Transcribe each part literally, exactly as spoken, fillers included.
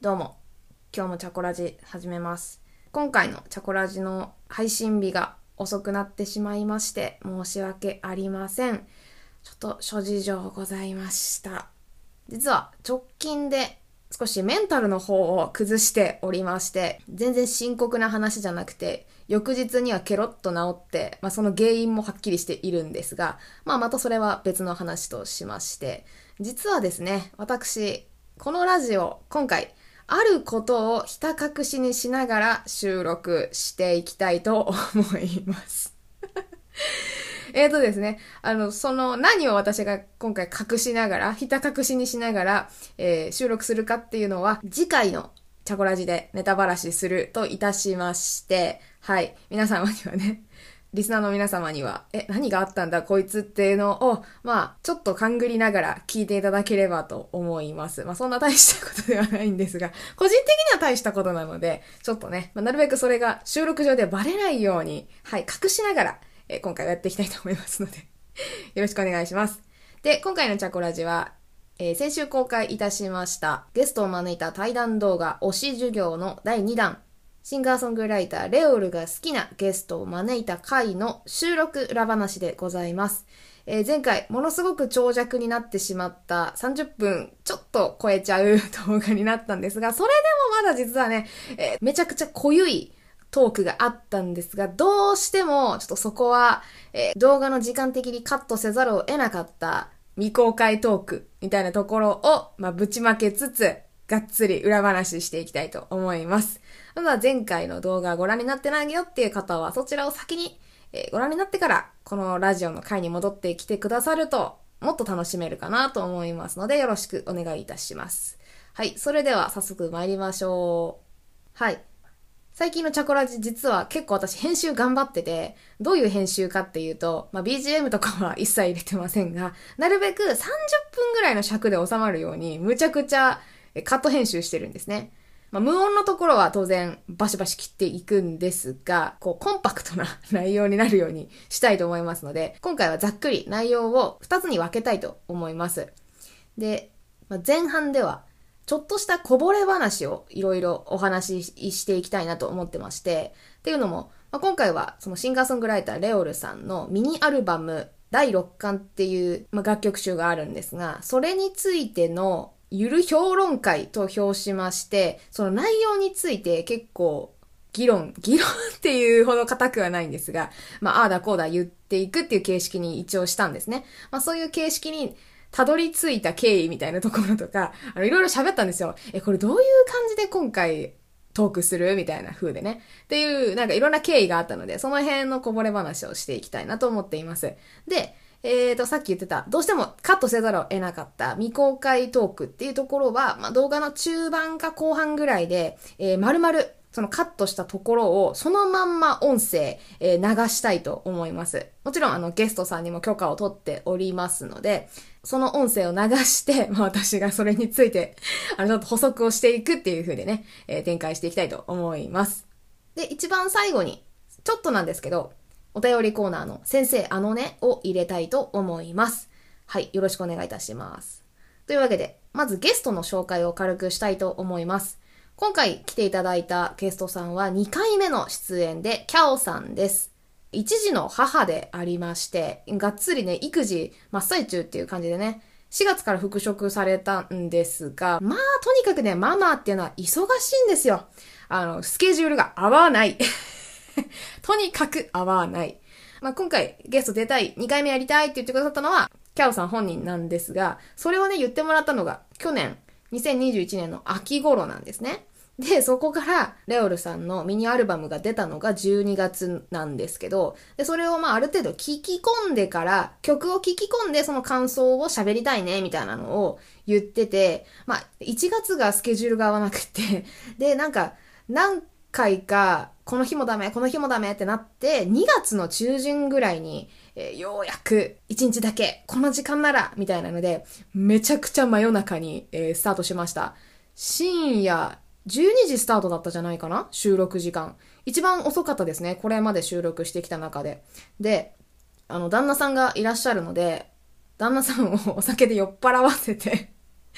どうも、今日もチャコラジ始めます。今回のチャコラジの配信日が遅くなってしまいまして申し訳ありません。ちょっと諸事情ございました。実は直近で少しメンタルの方を崩しておりまして、全然深刻な話じゃなくて、翌日にはケロッと治って、まあ、その原因もはっきりしているんですが、まあ、またそれは別の話としまして、実はですね、私、このラジオ、今回、あることをひた隠しにしながら収録していきたいと思います。えーとですね、あの、その何を私が今回隠しながら、ひた隠しにしながら、えー、収録するかっていうのは、次回のチャコラジでネタばらしするといたしまして、はい、皆様にはね、リスナーの皆様には、え、何があったんだこいつっていうのを、まあ、ちょっと勘ぐりながら聞いていただければと思います。まあ、そんな大したことではないんですが、個人的には大したことなので、ちょっとね、まあ、なるべくそれが収録上でバレないように、はい、隠しながら、え今回はやっていきたいと思いますので、よろしくお願いします。で、今回のチャコラジは、えー、先週公開いたしました、ゲストを招いた対談動画、推し授業のだいにだん、シンガーソングライターレオルが好きなゲストを招いた回の収録裏話でございます。えー、前回ものすごく長尺になってしまったさんじゅっぷんちょっと超えちゃう動画になったんですが、それでもまだ実はね、えー、めちゃくちゃ濃ゆいトークがあったんですが、どうしてもちょっとそこは、えー、動画の時間的にカットせざるを得なかった未公開トークみたいなところを、まあ、ぶちまけつつ、がっつり裏話していきたいと思います。まずは前回の動画ご覧になってないよっていう方はそちらを先に、えー、ご覧になってからこのラジオの回に戻ってきてくださるともっと楽しめるかなと思いますのでよろしくお願いいたします。はい、それでは早速参りましょう。はい。最近のチャコラジ実は結構私編集頑張ってて、どういう編集かっていうと、まあ、ビージーエム とかは一切入れてませんが、なるべくさんじゅっぷんぐらいの尺で収まるようにむちゃくちゃカット編集してるんですね。まあ、無音のところは当然バシバシ切っていくんですが、こうコンパクトな内容になるようにしたいと思いますので、今回はざっくり内容をふたつに分けたいと思います。で、まあ、前半ではちょっとしたこぼれ話をいろいろお話ししていきたいなと思ってまして、っていうのも、まあ、今回はそのシンガーソングライターレオルさんのミニアルバムだいろっかんっていう、まあ、楽曲集があるんですが、それについてのゆる評論会と評しまして、その内容について結構議論、議論っていうほど固くはないんですが、まあ、ああだこうだ言っていくっていう形式に一応したんですね。まあ、そういう形式にたどり着いた経緯みたいなところとか、あの、いろいろ喋ったんですよ。え、これどういう感じで今回トークするみたいな風でね。っていう、なんかいろんな経緯があったので、その辺のこぼれ話をしていきたいなと思っています。で、えーと、さっき言ってた、どうしてもカットせざるを得なかった未公開トークっていうところは、まあ、動画の中盤か後半ぐらいで、えー、丸々、そのカットしたところをそのまんま音声、えー、流したいと思います。もちろんあのゲストさんにも許可を取っておりますので、その音声を流して、まあ私がそれについて、あのちょっと補足をしていくっていう風でね、えー、展開していきたいと思います。で、一番最後に、ちょっとなんですけど、お便りコーナーの先生あのねを入れたいと思います。はい、よろしくお願いいたします。というわけで、まずゲストの紹介を軽くしたいと思います。今回来ていただいたゲストさんはにかいめの出演でキャオさんです。一児の母でありまして、がっつりね、育児真っ最中っていう感じでね、しがつから復職されたんですが、まあ、とにかくね、ママっていうのは忙しいんですよ。あの、スケジュールが合わない。とにかく合わない。まあ、今回ゲスト出たい、にかいめやりたいって言ってくださったのは、キャオさん本人なんですが、それをね、言ってもらったのが、去年、にせんにじゅういちねんの秋頃なんですね。で、そこから、レオルさんのミニアルバムが出たのがじゅうにがつなんですけど、で、それをまあある程度聞き込んでから、曲を聞き込んでその感想を喋りたいね、みたいなのを言ってて、まあ、いちがつがスケジュールが合わなくて、で、なんか、何回か、この日もダメ、この日もダメってなって、にがつの中旬ぐらいに、えー、ようやくいちにちだけ、この時間なら、みたいなので、めちゃくちゃ真夜中に、えー、スタートしました。深夜、じゅうにじスタートだったじゃないかな？収録時間。一番遅かったですね。これまで収録してきた中で。で、あの、旦那さんがいらっしゃるので、旦那さんをお酒で酔っ払わせて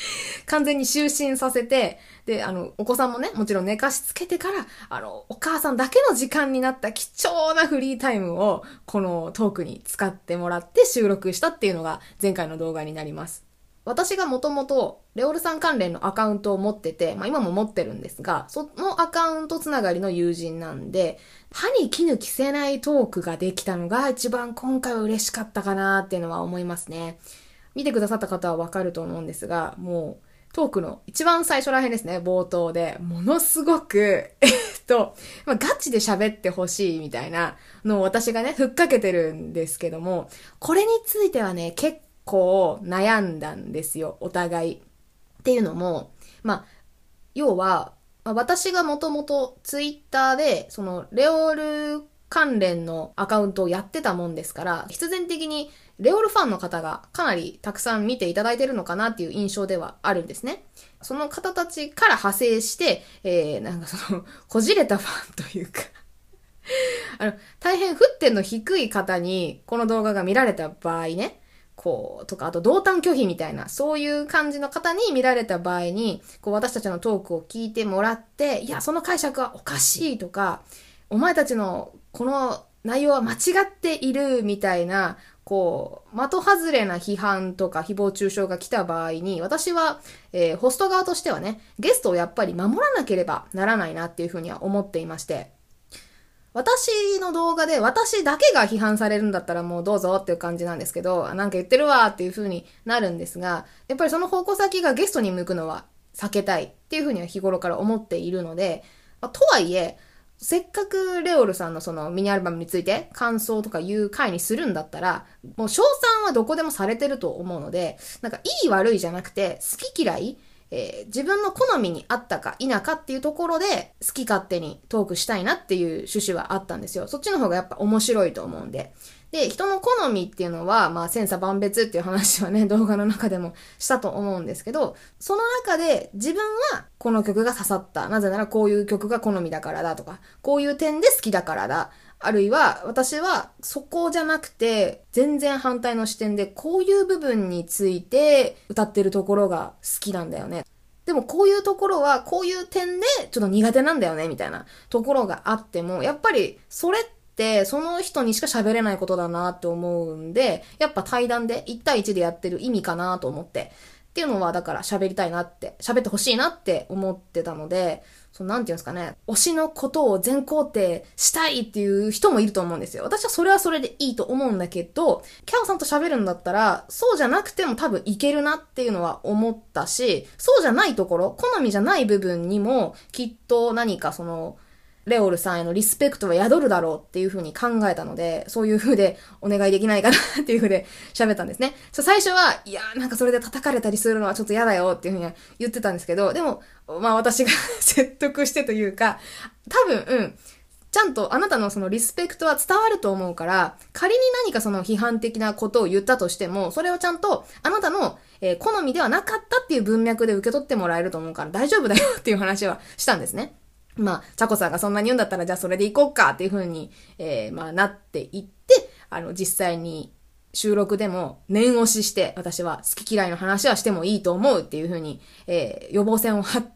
完全に就寝させて、で、あの、お子さんもね、もちろん寝かしつけてから、あの、お母さんだけの時間になった貴重なフリータイムを、このトークに使ってもらって収録したっていうのが前回の動画になります。私がもともとレオルさん関連のアカウントを持ってて、まあ今も持ってるんですが、そのアカウントつながりの友人なんで、歯に衣着せないトークができたのが一番今回は嬉しかったかなっていうのは思いますね。見てくださった方はわかると思うんですが、もうトークの一番最初らへんですね、冒頭で、ものすごく、えっと、まあ、ガチで喋ってほしいみたいなのを私がね、ふっかけてるんですけども、これについてはね、結構悩んだんですよ、お互い。っていうのも、まあ、要は、まあ、私がもともとツイッターで、その、レオール関連のアカウントをやってたもんですから、必然的にレオールファンの方がかなりたくさん見ていただいてるのかなっていう印象ではあるんですね。その方たちから派生して、えー、なんかその、こじれたファンというかあの、大変沸点の低い方にこの動画が見られた場合ね、こう、とか、あと同担拒否みたいな、そういう感じの方に見られた場合に、こう、私たちのトークを聞いてもらって、いや、その解釈はおかしいとか、お前たちのこの内容は間違っているみたいな、こう、的外れな批判とか誹謗中傷が来た場合に、私は、えー、ホスト側としてはね、ゲストをやっぱり守らなければならないなっていうふうには思っていまして、私の動画で私だけが批判されるんだったらもうどうぞっていう感じなんですけど、なんか言ってるわっていう風になるんですが、やっぱりその方向先がゲストに向くのは避けたいっていう風には日頃から思っているので、とはいえ、せっかくレオルさんのそのミニアルバムについて感想とかいう回にするんだったら、もう称賛はどこでもされてると思うので、なんかいい悪いじゃなくて好き嫌い、えー、自分の好みに合ったか否かっていうところで好き勝手にトークしたいなっていう趣旨はあったんですよ。そっちの方がやっぱ面白いと思うんで。で、人の好みっていうのは、まあ、千差万別っていう話はね、動画の中でもしたと思うんですけど、その中で自分はこの曲が刺さった。なぜならこういう曲が好みだからだとか、こういう点で好きだからだ。あるいは、私はそこじゃなくて、全然反対の視点で、こういう部分について歌ってるところが好きなんだよね。でもこういうところは、こういう点でちょっと苦手なんだよね、みたいなところがあっても、やっぱりそれってその人にしか喋れないことだなって思うんで、やっぱ対談でいち対いちでやってる意味かなと思って。っていうのはだから喋りたいなって、喋ってほしいなって思ってたので、そのなんていうんですかね、推しのことを全肯定したいっていう人もいると思うんですよ。私はそれはそれでいいと思うんだけど、キャオさんと喋るんだったら、そうじゃなくても多分いけるなっていうのは思ったし、そうじゃないところ、好みじゃない部分にも、きっと何かその、レオルさんへのリスペクトは宿るだろうっていう風に考えたので、そういう風でお願いできないかなっていう風で喋ったんですね。最初は、いやーなんかそれで叩かれたりするのはちょっと嫌だよっていう風に言ってたんですけど、でも、まあ私が説得してというか、多分、うん、ちゃんとあなたのそのリスペクトは伝わると思うから、仮に何かその批判的なことを言ったとしても、それをちゃんとあなたの、えー、好みではなかったっていう文脈で受け取ってもらえると思うから大丈夫だよっていう話はしたんですね。まあ、チャコさんがそんなに言うんだったら、じゃあそれで行こうかっていう風に、えー、まあ、なっていって、あの、実際に収録でも念押しして、私は好き嫌いの話はしてもいいと思うっていう風に、えー、予防線を張って、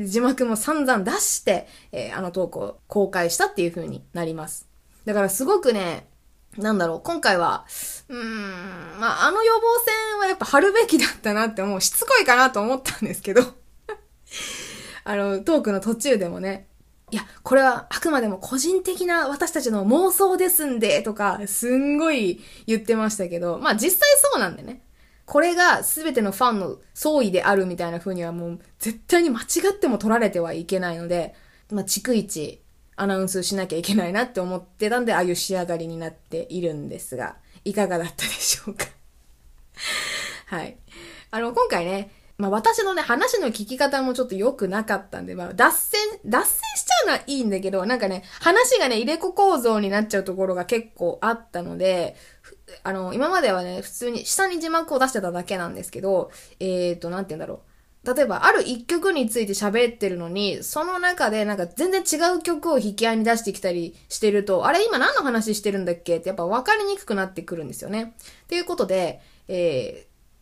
字幕も散々出して、えー、あのトークを公開したっていう風になります。だからすごくね、なんだろう、今回は、うーん、まあ、あの予防線はやっぱ張るべきだったなって思う。しつこいかなと思ったんですけど。あの、トークの途中でもね、いや、これはあくまでも個人的な私たちの妄想ですんで、とか、すんごい言ってましたけど、まあ実際そうなんでね。これが全てのファンの総意であるみたいな風にはもう絶対に間違っても取られてはいけないので、まあ逐一アナウンスしなきゃいけないなって思ってたんで、ああいう仕上がりになっているんですが、いかがだったでしょうか。はい。あの、今回ね、まあ私のね、話の聞き方もちょっと良くなかったんで、まあ脱線、脱線しちゃうのはいいんだけど、なんかね、話がね、入れ子構造になっちゃうところが結構あったので、あの、今まではね、普通に下に字幕を出してただけなんですけど、えーと、なんて言うんだろう。例えば、ある一曲について喋ってるのに、その中でなんか全然違う曲を引き合いに出してきたりしてると、あれ今何の話してるんだっけってやっぱ分かりにくくなってくるんですよね。っていうことで、えー、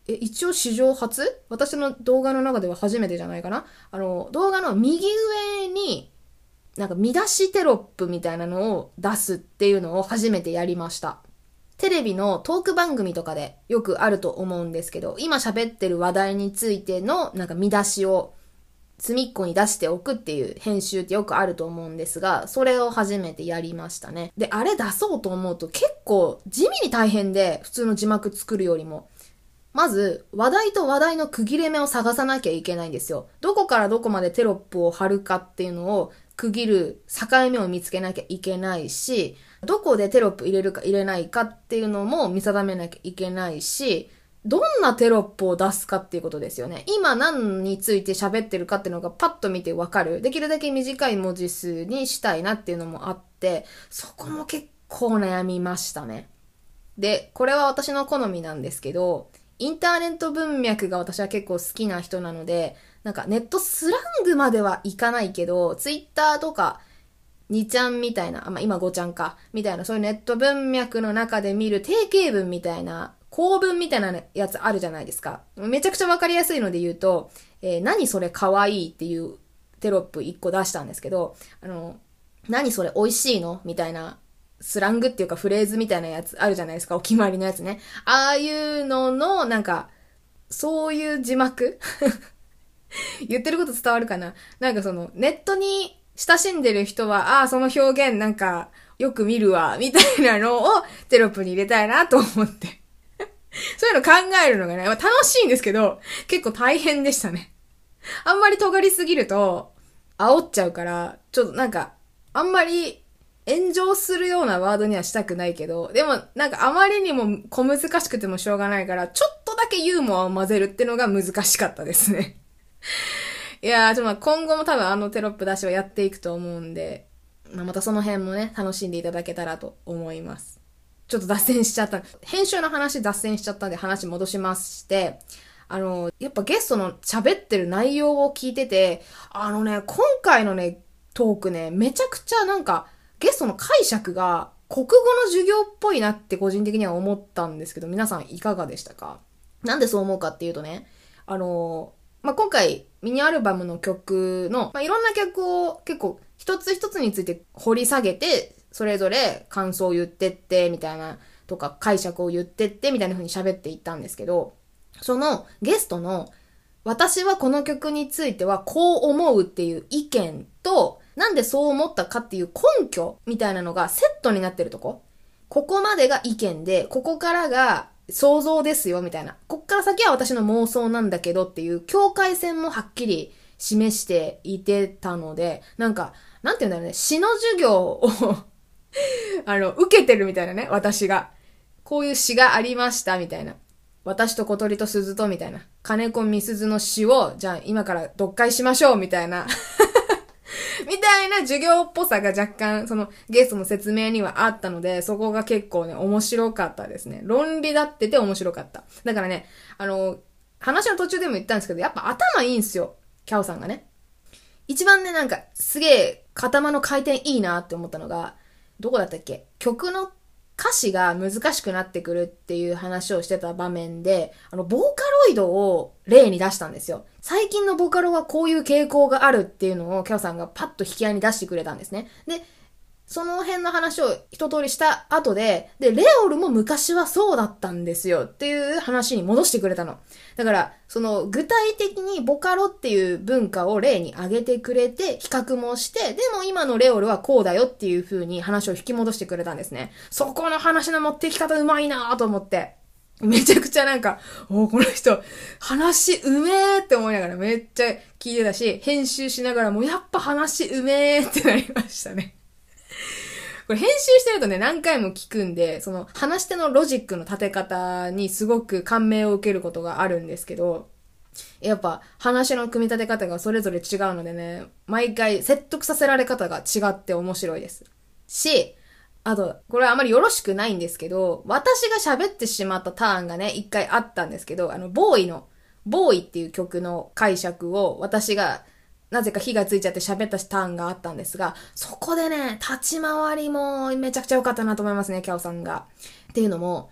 え、一応史上初？私の動画の中では初めてじゃないかな。あの、動画の右上に、なんか見出しテロップみたいなのを出すっていうのを初めてやりました。テレビのトーク番組とかでよくあると思うんですけど、今喋ってる話題についてのなんか見出しを隅っこに出しておくっていう編集ってよくあると思うんですが、それを初めてやりましたね。で、あれ出そうと思うと結構地味に大変で、普通の字幕作るよりも。まず、話題と話題の区切れ目を探さなきゃいけないんですよ。どこからどこまでテロップを貼るかっていうのを区切る境目を見つけなきゃいけないし、どこでテロップ入れるか入れないかっていうのも見定めなきゃいけないし、どんなテロップを出すかっていうことですよね。今何について喋ってるかっていうのがパッと見てわかる。できるだけ短い文字数にしたいなっていうのもあって、そこも結構悩みましたね。で、これは私の好みなんですけど、インターネット文脈が私は結構好きな人なので、なんかネットスラングまではいかないけど、ツイッターとかにちゃんみたいな、まあ、今ごちゃんか、みたいなそういうネット文脈の中で見る定型文みたいな、構文みたいなやつあるじゃないですか。めちゃくちゃわかりやすいので言うと、えー、何それかわいいっていうテロップいっこ出したんですけど、あの、何それ美味しいのみたいなスラングっていうかフレーズみたいなやつあるじゃないですか。お決まりのやつね。ああいうのの、なんか、そういう字幕言ってること伝わるかな？なんかその、ネットに親しんでる人は、ああ、その表現なんか、よく見るわ、みたいなのをテロップに入れたいなと思って。そういうの考えるのがね、まあ、楽しいんですけど、結構大変でしたね。あんまり尖りすぎると、煽っちゃうから、ちょっとなんか、あんまり炎上するようなワードにはしたくないけど、でもなんかあまりにも小難しくてもしょうがないから、ちょっとだけユーモアを混ぜるってのが難しかったですね。いやー、ちょっと今後も多分あのテロップ出しはやっていくと思うんで、まあ、またその辺もね、楽しんでいただけたらと思います。ちょっと脱線しちゃった。編集の話脱線しちゃったんで話戻しまして、あの、やっぱゲストの喋ってる内容を聞いてて、あのね、今回のね、トークね、めちゃくちゃなんか、ゲストの解釈が国語の授業っぽいなって個人的には思ったんですけど、皆さんいかがでしたか？なんでそう思うかっていうとね、あの、まあ、今回ミニアルバムの曲の、まあ、いろんな曲を結構一つ一つについて掘り下げて、それぞれ感想を言ってって、みたいな、とか解釈を言ってって、みたいな風に喋っていったんですけど、そのゲストの私はこの曲についてはこう思うっていう意見と、なんでそう思ったかっていう根拠みたいなのがセットになってるとこ。ここまでが意見で、ここからが想像ですよみたいな。こっから先は私の妄想なんだけどっていう境界線もはっきり示していてたので、なんか、なんていうんだろうね、詩の授業をあの、受けてるみたいなね、私が。こういう詩がありました、みたいな。私と小鳥と鈴と、みたいな。金子みすずの詩を、じゃあ今から読解しましょう、みたいな。みたいな授業っぽさが若干、そのゲストの説明にはあったので、そこが結構ね、面白かったですね。論理立ってて面白かった。だからね、あの、話の途中でも言ったんですけど、やっぱ頭いいんすよ。キャオさんがね。一番ね、なんか、すげえ、頭の回転いいなって思ったのが、どこだったっけ？曲の歌詞が難しくなってくるっていう話をしてた場面で、あの、ボーカロイドを例に出したんですよ。最近のボカロはこういう傾向があるっていうのをキャオさんがパッと引き合いに出してくれたんですね。で、その辺の話を一通りした後で、で、レオルも昔はそうだったんですよっていう話に戻してくれたの。だから、その具体的にボカロっていう文化を例に挙げてくれて、比較もして、でも今のレオルはこうだよっていう風に話を引き戻してくれたんですね。そこの話の持ってき方うまいなぁと思って。めちゃくちゃなんか、おーこの人、話うめーって思いながらめっちゃ聞いてたし、編集しながらもやっぱ話うめーってなりましたね。これ編集してるとね、何回も聞くんで、その話し手のロジックの立て方にすごく感銘を受けることがあるんですけど、やっぱ話の組み立て方がそれぞれ違うのでね、毎回説得させられ方が違って面白いです。し、あと、これはあまりよろしくないんですけど、私が喋ってしまったターンがね、一回あったんですけど、あの、ボーイの、ボーイっていう曲の解釈を私がなぜか火がついちゃって喋ったターンがあったんですが、そこでね、立ち回りもめちゃくちゃ良かったなと思いますね、キャオさんが。っていうのも、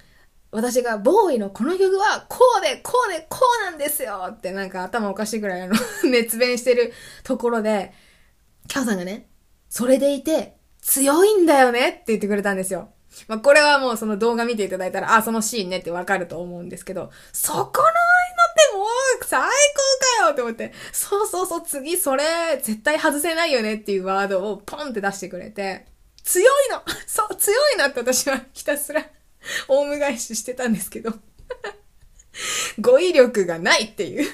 私がボーイのこの曲はこうでこうでこうなんですよってなんか頭おかしいぐらいあの熱弁してるところで、キャオさんがね、それでいて強いんだよねって言ってくれたんですよ。まあ、これはもうその動画見ていただいたら、あ、そのシーンねってわかると思うんですけど、そこの愛のってもう最高かよって思って、そうそうそう、次それ絶対外せないよねっていうワードをポンって出してくれて、強いのそう、強いなって私はひたすらオウム返ししてたんですけど、語彙力がないっていう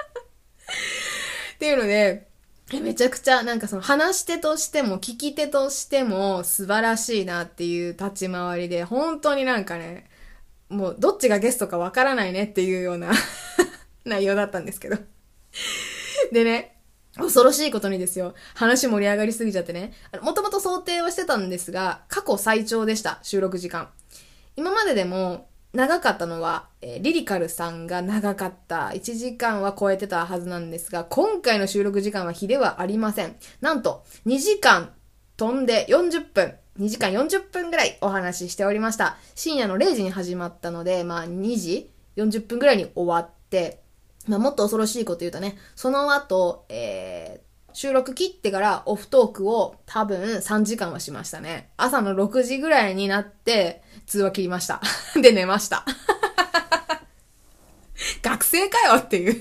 っていうので、めちゃくちゃなんかその話し手としても聞き手としても素晴らしいなっていう立ち回りで、本当になんかね、もうどっちがゲストかわからないねっていうような内容だったんですけど。でね、恐ろしいことにですよ、話盛り上がりすぎちゃってね、もともと想定はしてたんですが、過去最長でした、収録時間。今まででも長かったのは、えー、リリカルさんが長かった。いちじかんは超えてたはずなんですが、今回の収録時間は比ではありません。なんと、にじかん飛んでよんじゅっぷん。にじかんよんじゅっぷんぐらいお話ししておりました。深夜のれいじに始まったので、まあにじよんじゅっぷんぐらいに終わって、まあもっと恐ろしいこと言うとね、その後、えー、収録切ってからオフトークを多分さんじかんはしましたね。朝のろくじぐらいになって、通話切りました。で、寝ました。学生かよっていう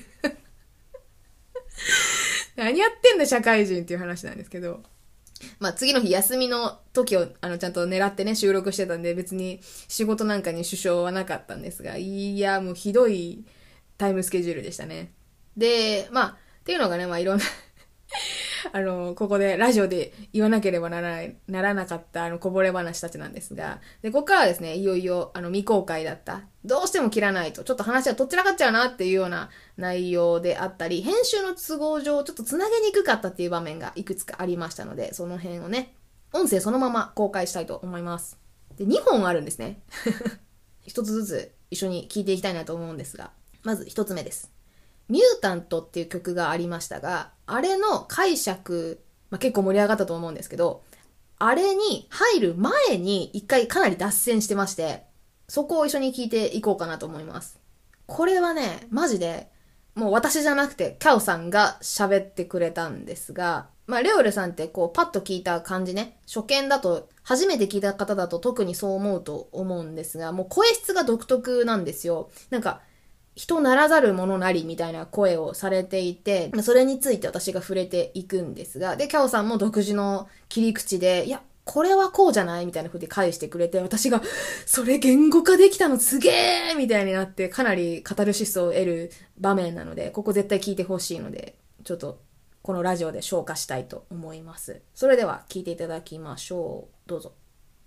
何やってんだ社会人っていう話なんですけど。まあ次の日休みの時をあのちゃんと狙ってね収録してたんで別に仕事なんかに支障はなかったんですが、いやもうひどいタイムスケジュールでしたね。で、まあっていうのがね、まあいろんなあの、ここでラジオで言わなければならない、ならなかったあのこぼれ話たちなんですが、で、ここからはですね、いよいよあの未公開だった、どうしても切らないと、ちょっと話がとっちらかっちゃうなっていうような内容であったり、編集の都合上ちょっとつなげにくかったっていう場面がいくつかありましたので、その辺をね、音声そのまま公開したいと思います。で、にほんあるんですね。一つずつ一緒に聞いていきたいなと思うんですが、まず一つ目です。ミュータントっていう曲がありましたが、あれの解釈、まあ、結構盛り上がったと思うんですけど、あれに入る前に一回かなり脱線してまして、そこを一緒に聞いていこうかなと思います。これはね、マジで、もう私じゃなくて、キャオさんが喋ってくれたんですが、まあ、レオルさんってこう、パッと聞いた感じね、初見だと、初めて聞いた方だと特にそう思うと思うんですが、もう声質が独特なんですよ。なんか、人ならざる者なりみたいな声をされていて、それについて私が触れていくんですが、で、キャオさんも独自の切り口で、いや、これはこうじゃないみたいな風で返してくれて、私が、それ言語化できたのすげーみたいになって、かなりカタルシスを得る場面なので、ここ絶対聞いてほしいので、ちょっと、このラジオで消化したいと思います。それでは、聞いていただきましょう。どうぞ。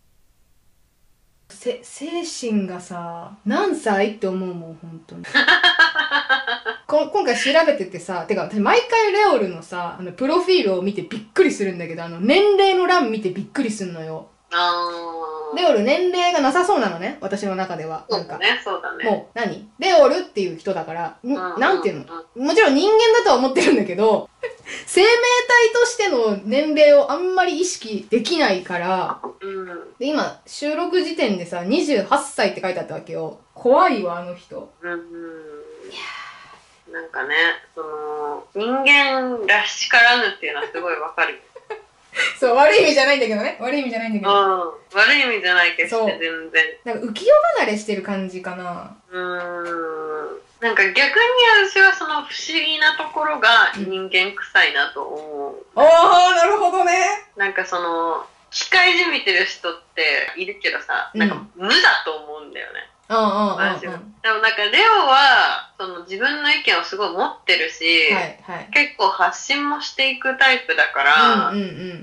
せ精神がさ何歳って思うもん本当にこ今回調べててさ、てか私毎回レオルのさあのプロフィールを見てびっくりするんだけど、あの年齢の欄見てびっくりすんのよ。あレオル年齢がなさそうなのね、私の中では。 そうだね、そうだね。 もう何レオルっていう人だから、んなんていうの、もちろん人間だとは思ってるんだけど生命体としての年齢をあんまり意識できないから、うん、で今収録時点でさにじゅうはっさいって書いてあったわけよ。怖いわあの人。うん、うん、いやなんかね、その人間らしからぬっていうのはすごいわかるそう、悪い意味じゃないんだけどね。悪い意味じゃないんだけど。 うん。悪い意味じゃないけど、全然。 なんか浮世離れしてる感じかな。 うーん。なんか逆に私はその不思議なところが人間臭いなと思う。 ああ、なるほどね。 なんかその、機械じみてる人っているけどさ、なんか無だと思うんだよね。うんうんうんうん、でもなんかレオはその自分の意見をすごい持ってるし、はいはい、結構発信もしていくタイプだから、うんうんうん、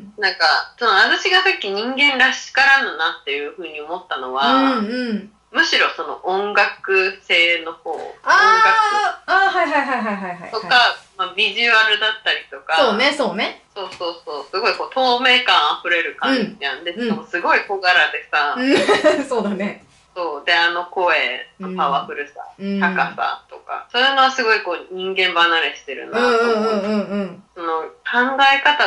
なんかその私がさっき人間らしからぬなっていうふうに思ったのは、うんうん、むしろその音楽性の方、 ああはいはいはいはいはいはいとか、まあ、ビジュアルだったりとか、 そうねそうね、 そうそうそう、すごいこう透明感あふれる感じじゃん、うん、でしかもすごい小柄でさ、 うん、そうだね。 そうで、あの声のパワフルさ、うん、高さとか、そういうのはすごいこう人間離れしてるなと思う。その考え方とか、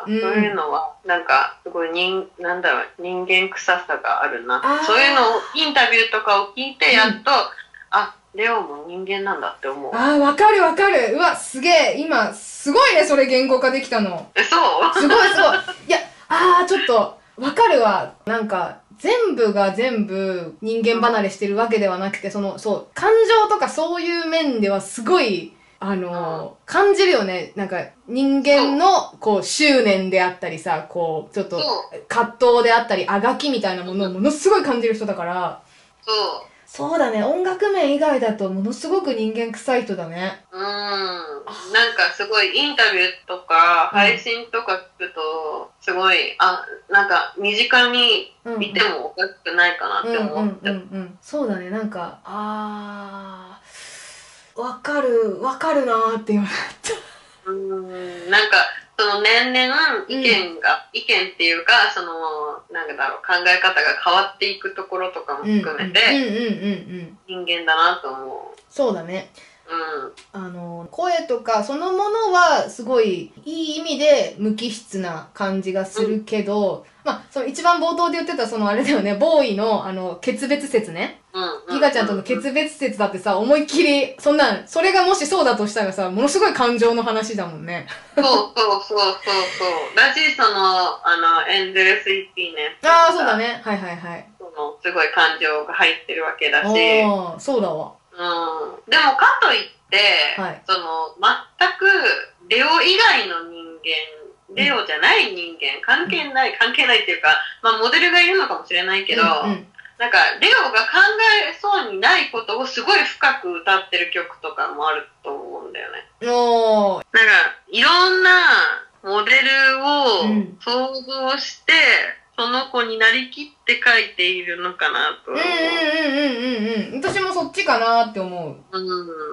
そういうのはなんかすごい人なんだろう人間臭さがあるな。そういうのをインタビューとかを聞いてやっと、うん、あ、レオも人間なんだって思う。 ああ、わかるわかる。うわ、すげえ。今、すごいね、それ言語化できたの。 え、そうすごいすごい。いや、ああ、ちょっと、わかるわ。なんか、全部が全部人間離れしてるわけではなくて、その、そう、感情とかそういう面ではすごい、あのー、感じるよね。なんか、人間の、こう、執念であったりさ、こう、ちょっと、葛藤であったり、あがきみたいなものをものすごい感じる人だから、 そう。 そうだね。音楽面以外だとものすごく人間臭い人だね。 うん。なんかすごいインタビューとか配信とか聞くと、すごい、あ、なんか身近にいてもおかしくないかなって思って。 そうだね。なんか、あー、わかる、わかるなーって言われた。 うん。なんか、その年々意見が、うん、意見っていうか、その、なんだろう、考え方が変わっていくところとかも含めて、人間だなと思う。 そうだね。 うん。 あの、声とかそのものはすごいいい意味で無機質な感じがするけど、うん、まあ、その一番冒頭で言ってたそのあれだよね、ボーイのあの、決別説ね。 うん。 ギガちゃんとの決別説だってさ、思いっきり、そんなん、それがもしそうだとしたらさ、ものすごい感情の話だもんね。 そうそうそうそうそう。だし、その、あの、エンゼルスイッティね。 ああ、そうだね。はいはいはい。 その、すごい感情が入ってるわけだし。 ああ、そうだわ。 うん。でも、かといって、はい、その、全く、レオ以外の人間、レオじゃない人間、関係ない、関係ないっていうか、まあ、モデルがいるのかもしれないけど、うんうん、なんか、レオが考えそうにないことをすごい深く歌ってる曲とかもあると思うんだよね。 おー。 なんか、いろんなモデルを想像して、うん、その子になりきって書いているのかなと。 うんうんうんうんうんうん。私もそっちかなって思う。 うん。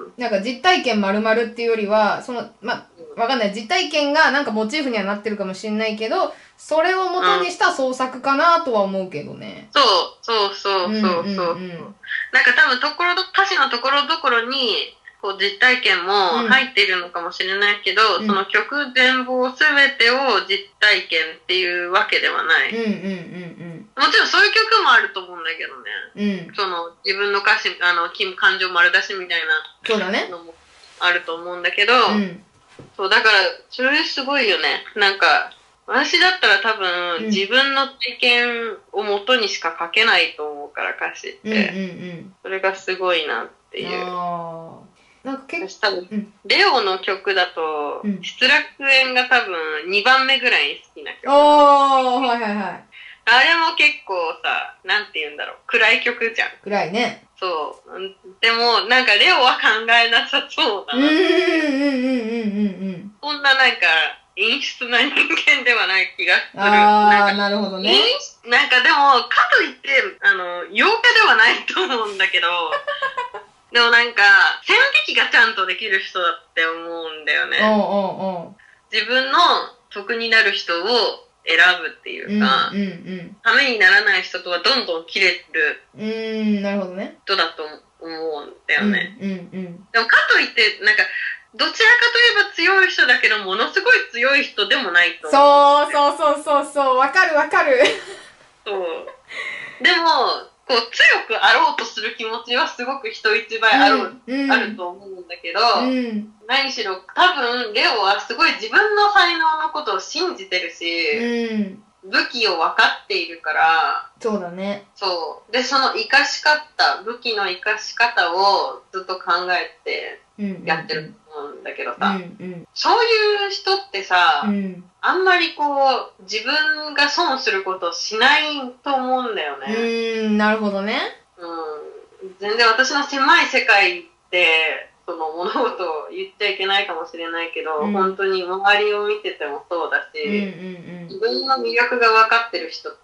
なんか実体験丸々っていうよりは、その、ま、わかんない。実体験がなんかモチーフにはなってるかもしれないけど、それを元にした創作かなとは思うけどね。 そう、そうそうそうそう。うんうんうん、なんか多分ところど、歌詞のところどころに、こう実体験も入っているのかもしれないけど、うん、その曲全貌すべてを実体験っていうわけではない。 うんうんうんうん。 もちろんそういう曲もあると思うんだけどね。うん。その自分の歌詞、あの、感情丸出しみたいなのもあると思うんだけど、うん、そう、だから、それすごいよね。なんか、私だったら多分、うん、自分の体験を元にしか書けないと思うから、歌詞って。うんうんうん、それがすごいなっていう。 あなんか結構、多分、うん、レオの曲だと、うん、失楽園が多分にばんめぐらいに好きな曲。 おー、はいはいはい。 あれも結構さ、なんて言うんだろう、暗い曲じゃん。 暗いね。 そう。でも、なんかレオは考えなさそうだな。うんうんうんうんうんうん。そんななんか、陰湿な人間ではない気がする。 あー、なるほどね。 なんかでも、かといって、あの、陽キャではないと思うんだけど、でもなんか、線引きがちゃんとできる人だって思うんだよね。 おうおうおう。 自分の得になる人を選ぶっていうか、うんうんうん、ためにならない人とはどんどん切れる人だと思うんだよね。 うんうんうん、 でもかといって、なんか、どちらかといえば強い人だけど、ものすごい強い人でもないと思う。そうそうそうそうそう、わかるわかる。 そう。でも、こう強くあろうとする気持ちはすごく人一倍ある、うんうん、あると思うんだけど、うん、何しろ多分レオはすごい自分の才能のことを信じてるし、うん、武器を分かっているから、 そうだね。 そう。で、その生かし方、武器の生かし方をずっと考えてやってると思うんだけどさ、うんうん、そういう人ってさ、うんあんまりこう、自分が損することをしないと思うんだよね。 うーん、なるほどね。 うん。全然私の狭い世界で、その物事を言っちゃいけないかもしれないけど、うん、本当に周りを見ててもそうだし、うんうんうん、自分の魅力が分かってる人って、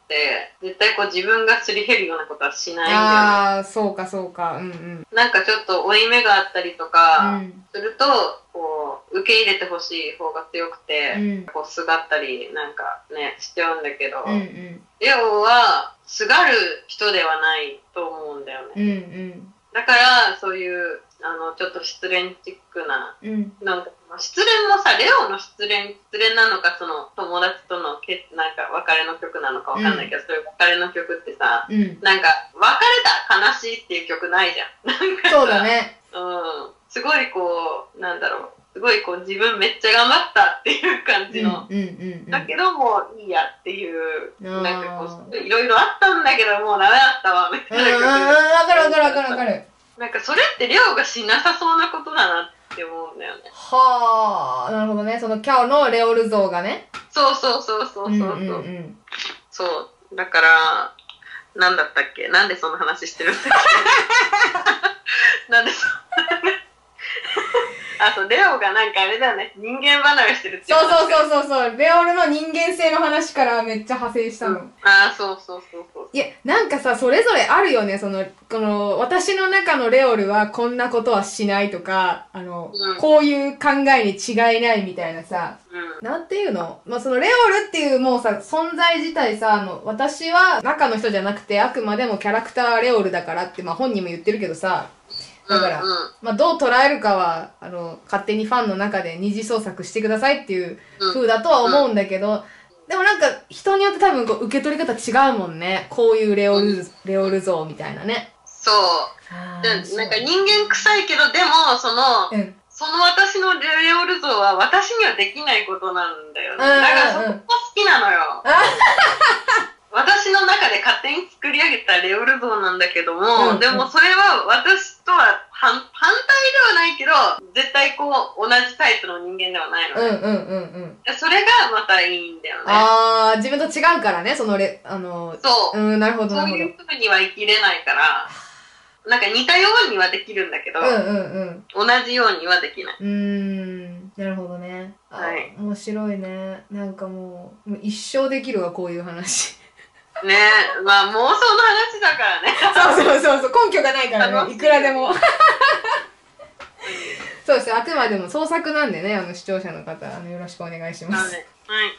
絶対こう自分がすり減るようなことはしないんだよね。 ああ、そうかそうか。うんうん。 なんかちょっと負い目があったりとか、すると、こう、受け入れてほしい方が強くて、うん、こう、すがったり、なんかね、しちゃうんだけど、うんうん、レオは、すがる人ではないと思うんだよね。うんうん、だから、そういう、 あの、ちょっと失恋チックな、 うん、 なんか、失恋もさ、レオの失恋、失恋なのか、その、友達とのけ、なんか、別れの曲なのかわかんないけど、うん、そういう別れの曲ってさ、うん、なんか、別れた悲しいっていう曲ないじゃん。なんかそうだね。 うん。すごいこう、なんだろう。すごいこう自分めっちゃ頑張ったっていう感じの、うんうんうんうん、だけどもういいやっていう、なんかこういろいろあったんだけどもうダメだったわみたいな曲。 わかるわかるわかるわかる。 なんかそれってレオがしなさそうなことだなって思うんだよね。 はあ、なるほどね。そのキャオのレオル像がね。 そうそうそうそうそうそう。うんうんうん、そうだからなんだったっけ？なんでその話してるんだっけ？なんでそあ、そう、レオがなんかあれだよね、人間離れしてるっていう。 そうそうそうそうそう、レオルの人間性の話からめっちゃ派生したの。うん、 ああ、そうそうそうそう。 いや、なんかさ、それぞれあるよね、その、この、私の中のレオルはこんなことはしないとか、あの、うん、こういう考えに違いないみたいなさ、うん、なんていうの？まあ、そのレオルっていうもうさ、存在自体さ、あの、私は中の人じゃなくて、あくまでもキャラクターレオルだからって、まあ本人も言ってるけどさ、だから、うんうん、まあ、どう捉えるかは、あの、勝手にファンの中で二次創作してくださいっていう風だとは思うんだけど、うんうん、でもなんか、人によって多分こう受け取り方違うもんね。こういうレオル、うん、レオル像みたいなね。 そう。で、なんか人間臭いけど、でも、その、うん、その私のレオル像は私にはできないことなんだよね。だからそこも好きなのよ。私の中で勝手に作り上げたレオル像なんだけども、うんうん、でもそれは私とは反、反対ではないけど、絶対こう同じタイプの人間ではないのね。うんうんうんうん。それがまたいいんだよね。 あー、自分と違うからね、そのレ、あの、 そう。 うん、なるほどなるほど。 そういう風には生きれないから、なんか似たようにはできるんだけど、うんうんうん、同じようにはできない。 うーん、なるほどね。はい。面白いね。なんかもう、もう一生できるわ、こういう話。 ねえ、まあ妄想の話だからね。 そうそうそうそう、根拠がないからね、いくらでも。そうですよ、あくまでも創作なんでね、あの視聴者の方、あのよろしくお願いします。はい。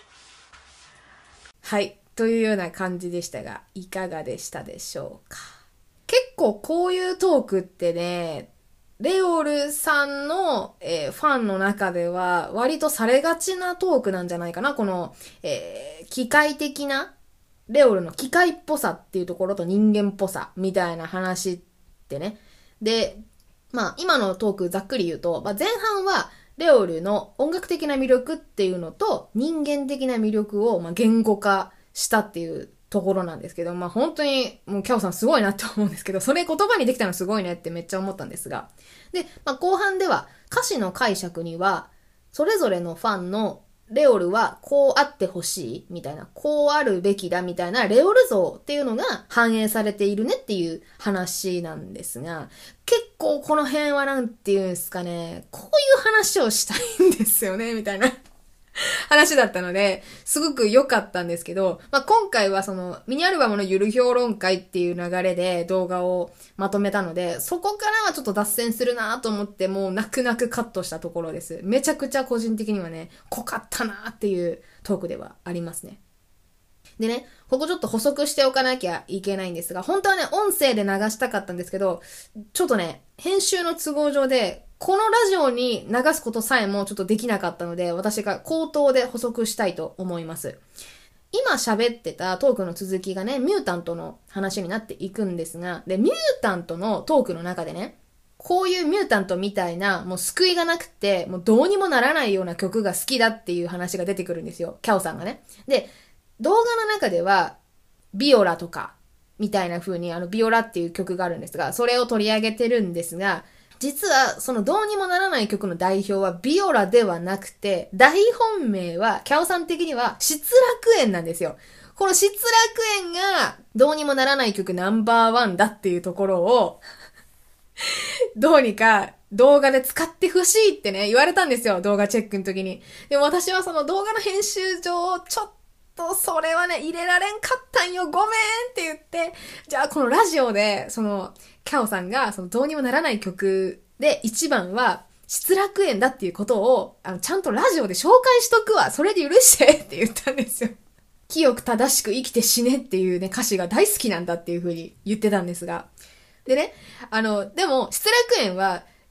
はい、というような感じでしたが、いかがでしたでしょうか。結構こういうトークってね、レオルさんの、えー、ファンの中では割とされがちなトークなんじゃないかな。この、えー、機械的なレオルの機械っぽさっていうところと人間っぽさみたいな話ってね。で、まあ今のトークざっくり言うと、まあ、前半はレオルの音楽的な魅力っていうのと人間的な魅力をまあ言語化したっていうところなんですけど、まあ本当にもうキャオさんすごいなって思うんですけど、それ言葉にできたのすごいねってめっちゃ思ったんですが。で、まあ後半では歌詞の解釈にはそれぞれのファンのレオルはこうあってほしいみたいな、こうあるべきだみたいなレオル像っていうのが反映されているねっていう話なんですが、結構この辺はなんていうんですかね、こういう話をしたいんですよねみたいな話だったので、すごく良かったんですけど、まあ、今回はそのミニアルバムのゆる評論会っていう流れで動画をまとめたので、そこからはちょっと脱線するなと思ってもう泣く泣くカットしたところです。めちゃくちゃ個人的にはね、濃かったなっていうトークではありますね。でね、ここちょっと補足しておかなきゃいけないんですが、本当はね、音声で流したかったんですけど、ちょっとね、編集の都合上で、このラジオに流すことさえもちょっとできなかったので、私が口頭で補足したいと思います。今喋ってたトークの続きがね、ミュータントの話になっていくんですが、で、ミュータントのトークの中でね、こういうミュータントみたいな、もう救いがなくて、もうどうにもならないような曲が好きだっていう話が出てくるんですよ。キャオさんがね。で、動画の中では、ビオラとか、みたいな風に、あの、ビオラっていう曲があるんですが、それを取り上げてるんですが、実は、そのどうにもならない曲の代表はビオラではなくて、大本命は、キャオさん的には、失楽園なんですよ。この失楽園が、どうにもならない曲ナンバーワンだっていうところを、どうにか動画で使ってほしいってね、言われたんですよ。動画チェックの時に。でも私はその動画の編集上、ちょっとそれはね、入れられんかったんよ。ごめんって言って、じゃあこのラジオで、その、キャオさんが、そのどうにもならない曲で一番は、失楽園だっていうことを、あの、ちゃんとラジオで紹介しとくわ。それで許してって言ったんですよ。清く正しく生きて死ねっていうね、歌詞が大好きなんだっていう風に言ってたんですが。でね、あの、でも、失楽園は、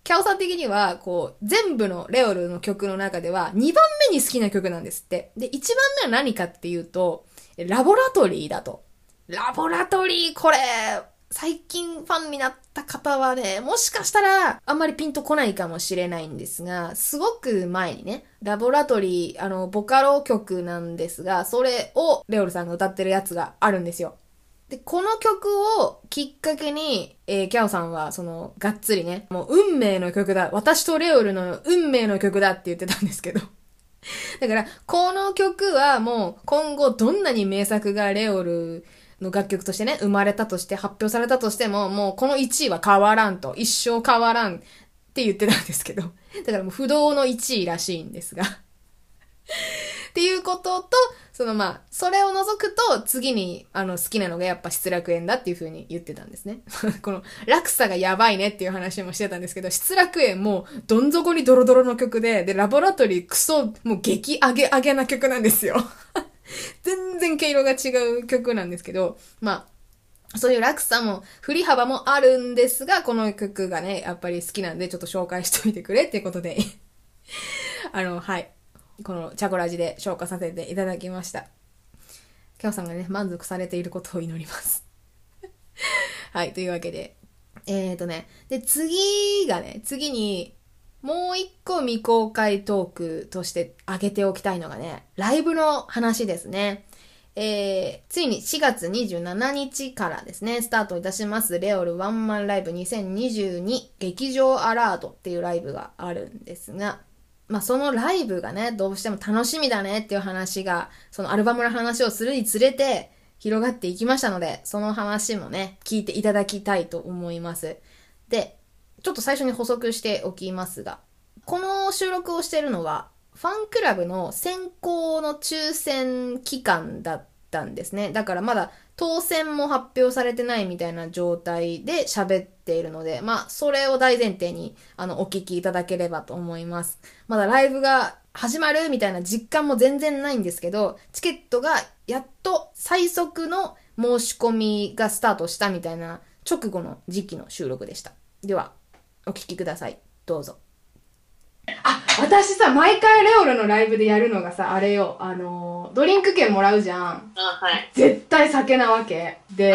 キャオさん的には、こう、全部のレオルの曲の中では、にばんめに好きな曲なんですって。で、いちばんめは何かっていうと、ラボラトリーだと。ラボラトリー、これ、最近ファンになった方はね、もしかしたらあんまりピンとこないかもしれないんですが、すごく前にね、ラボラトリー、あの、ボカロ曲なんですが、それをレオルさんが歌ってるやつがあるんですよ。で、この曲をきっかけに、えー、キャオさんは、その、がっつりね、もう運命の曲だ、私とレオルの運命の曲だって言ってたんですけど。だから、この曲はもう今後どんなに名作がレオルの楽曲としてね、生まれたとして発表されたとしても、もうこのいちいは変わらんと、一生変わらんって言ってたんですけど。だからもう不動のいちいらしいんですが。っていうことと、そのまあ、それを除くと、次に、あの、好きなのがやっぱ失楽園だっていう風に言ってたんですね。この、落差がやばいねっていう話もしてたんですけど、失楽園も、どん底にドロドロの曲で、で、ラボラトリークソ、もう激上げ上げな曲なんですよ。全然毛色が違う曲なんですけど、まあ、そういう落差も、振り幅もあるんですが、この曲がね、やっぱり好きなんで、ちょっと紹介しといてくれっていうことで、あの、はい。このチャコラジで紹介させていただきました。キャオさんがね、満足されていることを祈ります。はい、というわけで。えーとね、で、次がね、次に、もう一個未公開トークとして挙げておきたいのがね、ライブの話ですね。えー、ついにしがつにじゅうしちにちからですね、スタートいたします、レオルワンマンライブにせんにじゅうに劇場アラートっていうライブがあるんですが、まあそのライブがね、どうしても楽しみだねっていう話が、そのアルバムの話をするにつれて広がっていきましたので、その話もね、聞いていただきたいと思います。で、ちょっと最初に補足しておきますが、この収録をしているのは、ファンクラブの選考の抽選期間だったんですね。だからまだ当選も発表されてないみたいな状態で喋っているので、まあ、それを大前提に、あの、お聞きいただければと思います。まだライブが始まるみたいな実感も全然ないんですけど、チケットがやっと最速の申し込みがスタートしたみたいな直後の時期の収録でした。では、お聞きください。どうぞ。あ、私さ、毎回レオルのライブでやるのがさ、あれよ、あのー、ドリンク券もらうじゃん。 あ、はい。 絶対酒なわけ。で、 うん、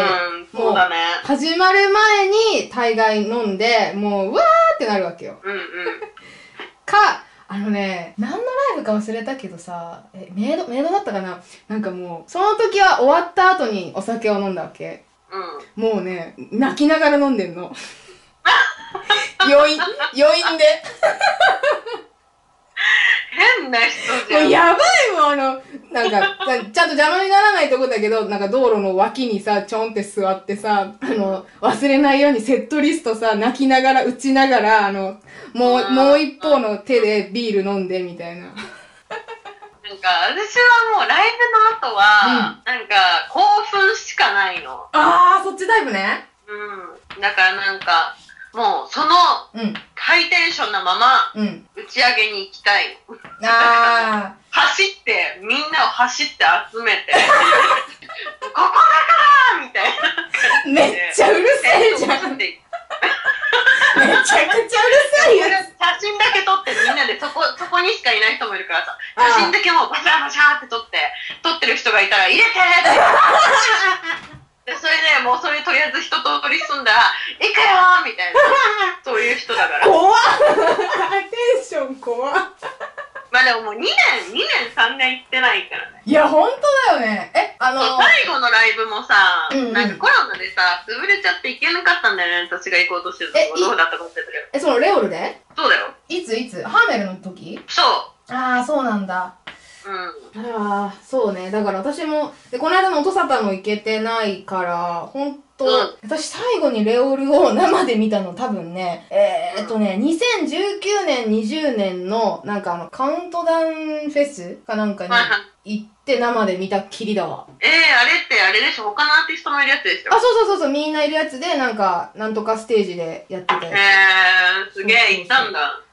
そうだね。 始まる前に大概飲んで、もう、うわーってなるわけよ。 うんうん。 か、あのね、何のライブか忘れたけどさ、え、メイド、メイドだったかな、なんかもう、その時は終わった後にお酒を飲んだわけ。うん。もうね、泣きながら飲んでんの。余韻、余韻で。 変な人じゃん。 もうやばいもん、あの、なんか、ちゃんと邪魔にならないとこだけど、なんか道路の脇にさ、ちょんって座ってさ、あの、忘れないようにセットリストさ、泣きながら、打ちながら、あの、もう、もう一方の手でビール飲んで、みたいな。 なんか、私はもうライブの後は、うん、なんか、興奮しかないの。 あー、そっちタイプね。 うん。だからなんか、もうそのハイテンションなまま打ち上げに行きたい、うん、あ走ってみんなを走って集めてここだからみたいなめっちゃうるさいじゃんめちゃくちゃうるさいよ写真だけ撮ってみんなでそこそこにしかいない人もいるからさ、写真だけもうバシャバシャって撮って撮ってる人がいたら入れてってでそれでもうそれとりあえず一通り済んだら「行くよ!」みたいなそういう人だから怖っテンション怖っまあでももうにねんにねんさんねん行ってないからね。 いやほんとだよね。えあのー、 最後のライブもさ、うんうん、なんかコロナでさ潰れちゃって行けなかったんだよね。私が行こうとしてたのがどうだったか忘れたけど。 えそのレオルで？ そうだよ。 いついつハーメルの時？ そう。 ああそうなんだ。うん、ああ、そうね。だから私も、で、この間の音沙汰も行けてないから、ほんと、うん、私最後にレオルを生で見たの多分ね、えー、っとね、にせんじゅうきゅうねん、にじゅうねんの、なんかあの、カウントダウンフェスかなんかに行って生で見たきりだわ。 えー、あれってあれでしょ？他のアーティストもいるやつでしょ？ あ、そうそうそうそう、みんないるやつで、なんか、なんとかステージでやってたやつ。 へー、すげえ、行ったんだ。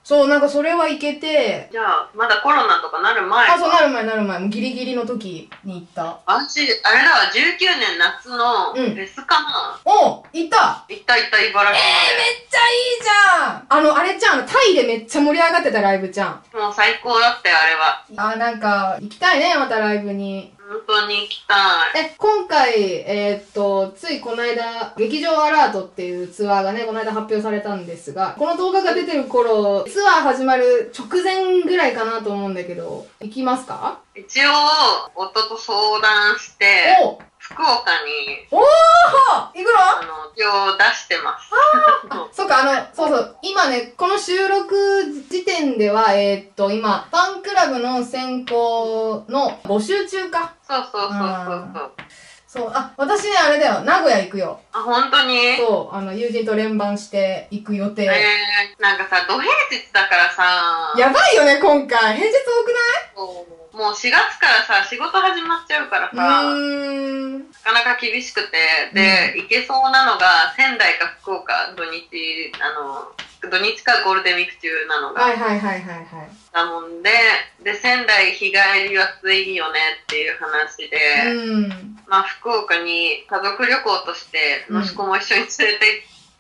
そう、なんかそれはいけて。 じゃあ、まだコロナとかなる前あ、そう、なる前、なる前。もうギリギリの時に行った。 私、あれだわ、じゅうきゅうねん夏のフェスかな。 うん、お行った行った行った茨城まで。 えー、めっちゃいいじゃん。あの、あれじゃん、タイでめっちゃ盛り上がってたライブじゃん。 もう最高だったよ、あれは。 あ、なんか、行きたいね、またライブに。 本当に行きたい。 え、今回、えー、っと、ついこの間、劇場アラートっていうツアーがね、この間発表されたんですが、この動画が出てる頃、ツアー始まる直前ぐらいかなと思うんだけど、行きますか？ 一応、夫と相談して、 お福岡に、 おー行くの？ あの、一応出してます。 あ、そっか、あの、そうそう、今ね、この収録時点では、えー、っと、今、ファンクラブの選考の募集中か。 そうそうそうそうそう。 そう、あ、私ね、あれだよ、名古屋行くよ。 あ、本当に？ そう、あの、友人と連番して行く予定。 えー、なんかさ、土平日だからさ、 やばいよね、今回。平日多くない？ そう、もうしがつからさ、仕事始まっちゃうからさ、 うーん。 なかなか厳しくて、で、うん、行けそうなのが、仙台か福岡、土日、あの、土日かゴールデンウィーク中なのが。 はいはいはいはいはい。 なもんで、で、仙台日帰りはついいよねっていう話で、うん、まあ福岡に家族旅行として、息子も一緒に連れて行って、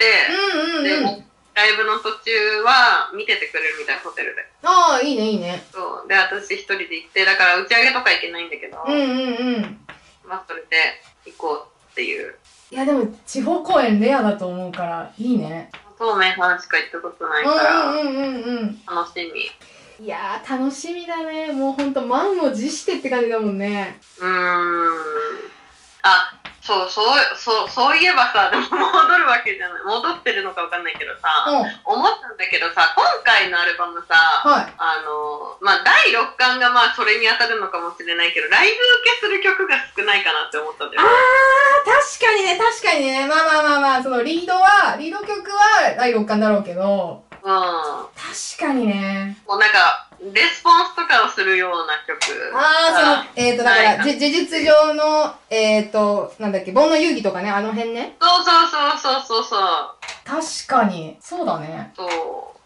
うん、で、ライブの途中は見ててくれるみたいなホテルで。 ああ、いいねいいね。 そう。で、私一人で行って、だから打ち上げとか行けないんだけど、 うんうんうん。 まあそれで行こうっていう。 いやでも地方公演レアだと思うからいいね。 そうめん話しか行ったことないから、 うんうんうんうん、 楽しみ。 いやー楽しみだね。もうほんと満を持してって感じだもんね。 うーん。あ、そうそうそうそういえばさ、でも戻るわけじゃない、戻ってるのかわかんないけどさ、うん、思ったんだけどさ、今回のアルバムさ、はい、あのまあだいろっかんがまあそれに当たるのかもしれないけど、ライブ受けする曲が少ないかなって思ったんだよね。 あー確かにね確かにね、まあまあまあまあ、そのリードはリード曲はだいろっかんだろうけど、うん、確かにね。 もうなんかレスポンスとかをするような曲。 ああ、その、えっ、ー、と、だから、呪術上の、えっ、ー、と、なんだっけ、煩悩遊戯とかね、あの辺ね。 そうそうそうそうそうそう。 確かに。そうだね。 そう。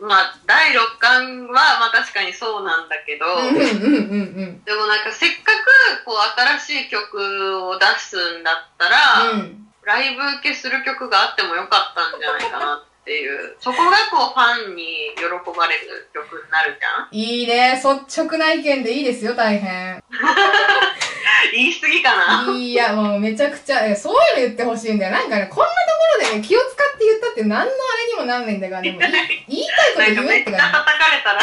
まあ、だいろっかんは、まあ確かにそうなんだけど、うんうんうんうん。でもなんかせっかく、こう、新しい曲を出すんだったら、うん、ライブ受けする曲があってもよかったんじゃないかなっていう。そこがこう、ファンに喜ばれる曲になるじゃん。 いいね。率直な意見でいいですよ、大変。 言い過ぎかな。 いや、もうめちゃくちゃ、そういうの言ってほしいんだよ。なんかね、こんなところでね、気を使って言ったって何のあれにもなんないんだから、でも言いたいこと言えって感じ。なんかめっちゃ叩かれたら。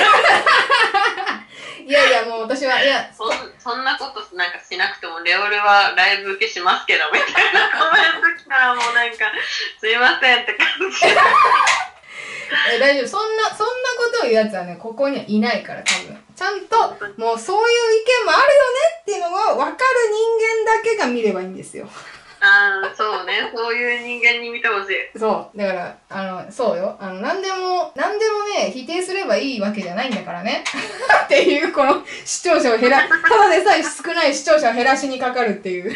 いやいや、もう私は、いや、 そそんなことなんかしなくても、レオレはライブ受けしますけど、みたいなコメント来たらもうなんか、すいませんって感じ。 え、大丈夫。そんな、そんなことを言うやつはね、ここにはいないから、多分。ちゃんと、もうそういう意見もあるよねっていうのが分かる人間だけが見ればいいんですよ。 ああ、そうね。そういう人間に見てほしい。 そう。だから、あの、そうよ。あの、なんでも、なんでもね、否定すればいいわけじゃないんだからね。っていう、この視聴者を減ら、ただでさえ少ない視聴者を減らしにかかるっていう。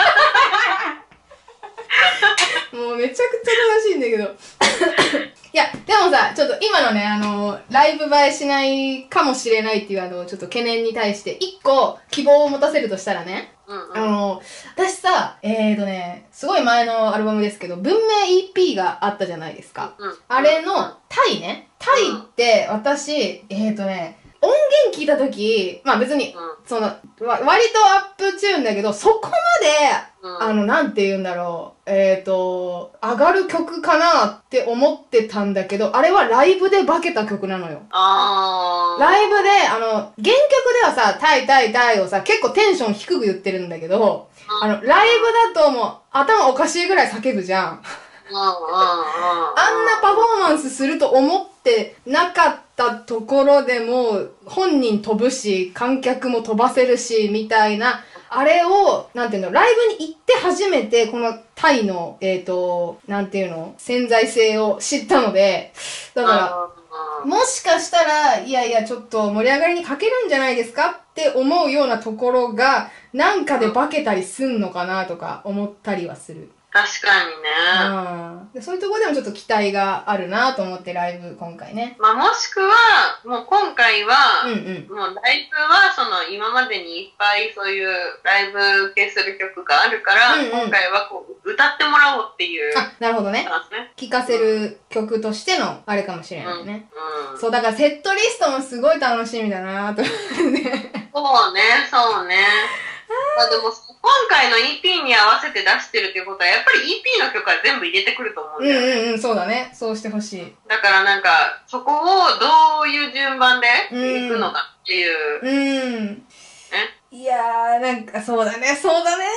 もうめちゃくちゃ正しいんだけど。いや、でもさ、ちょっと今のね、あの、ライブ映えしないかもしれないっていうあの、ちょっと懸念に対して、一個希望を持たせるとしたらね、うんうん、あの、私さ、えーとね、すごい前のアルバムですけど、文明 イーピー があったじゃないですか。うんうん、あれの、タイね。タイって私、えーとね、音源聞いたとき、まあ別に、うん、その、わ、割とアップチューンだけど、そこまで、うん、あの、なんて言うんだろう、えーと、上がる曲かなって思ってたんだけど、あれはライブで化けた曲なのよ。あー。ライブで、あの、原曲ではさ、タイタイタイをさ、結構テンション低く言ってるんだけど、あの、ライブだともう、頭おかしいぐらい叫ぶじゃん。あんなパフォーマンスすると思ってなかったところでも本人飛ぶし観客も飛ばせるしみたいなあれをなんていうのライブに行って初めてこのタイのえっとなんていうの潜在性を知ったのでだからもしかしたらいやいやちょっと盛り上がりに欠けるんじゃないですかって思うようなところがなんかで化けたりすんのかなとか思ったりはする。 確かにね。 うん。でそういうところでもちょっと期待があるなと思って、ライブ今回ね。 まあもしくは、もう今回は、 うんうん、 もうライブはその今までにいっぱいそういうライブ系する曲があるから、うんうん、今回はこう歌ってもらおうっていう。 あ、なるほどね。聴かせる曲としてのあれかもしれないね。うんうん、そう、だからセットリストもすごい楽しみだなと思ってね。 そうね、そうね。まあでも今回の イーピー に合わせて出してるっていうことはやっぱり イーピー の曲は全部入れてくると思うんだよね。 うんうんうん、そうだね。そうしてほしい。 だからなんかそこをどういう順番でいくのかっていう。 うん。うん、ね、いやーなんかそうだね、そうだね、いや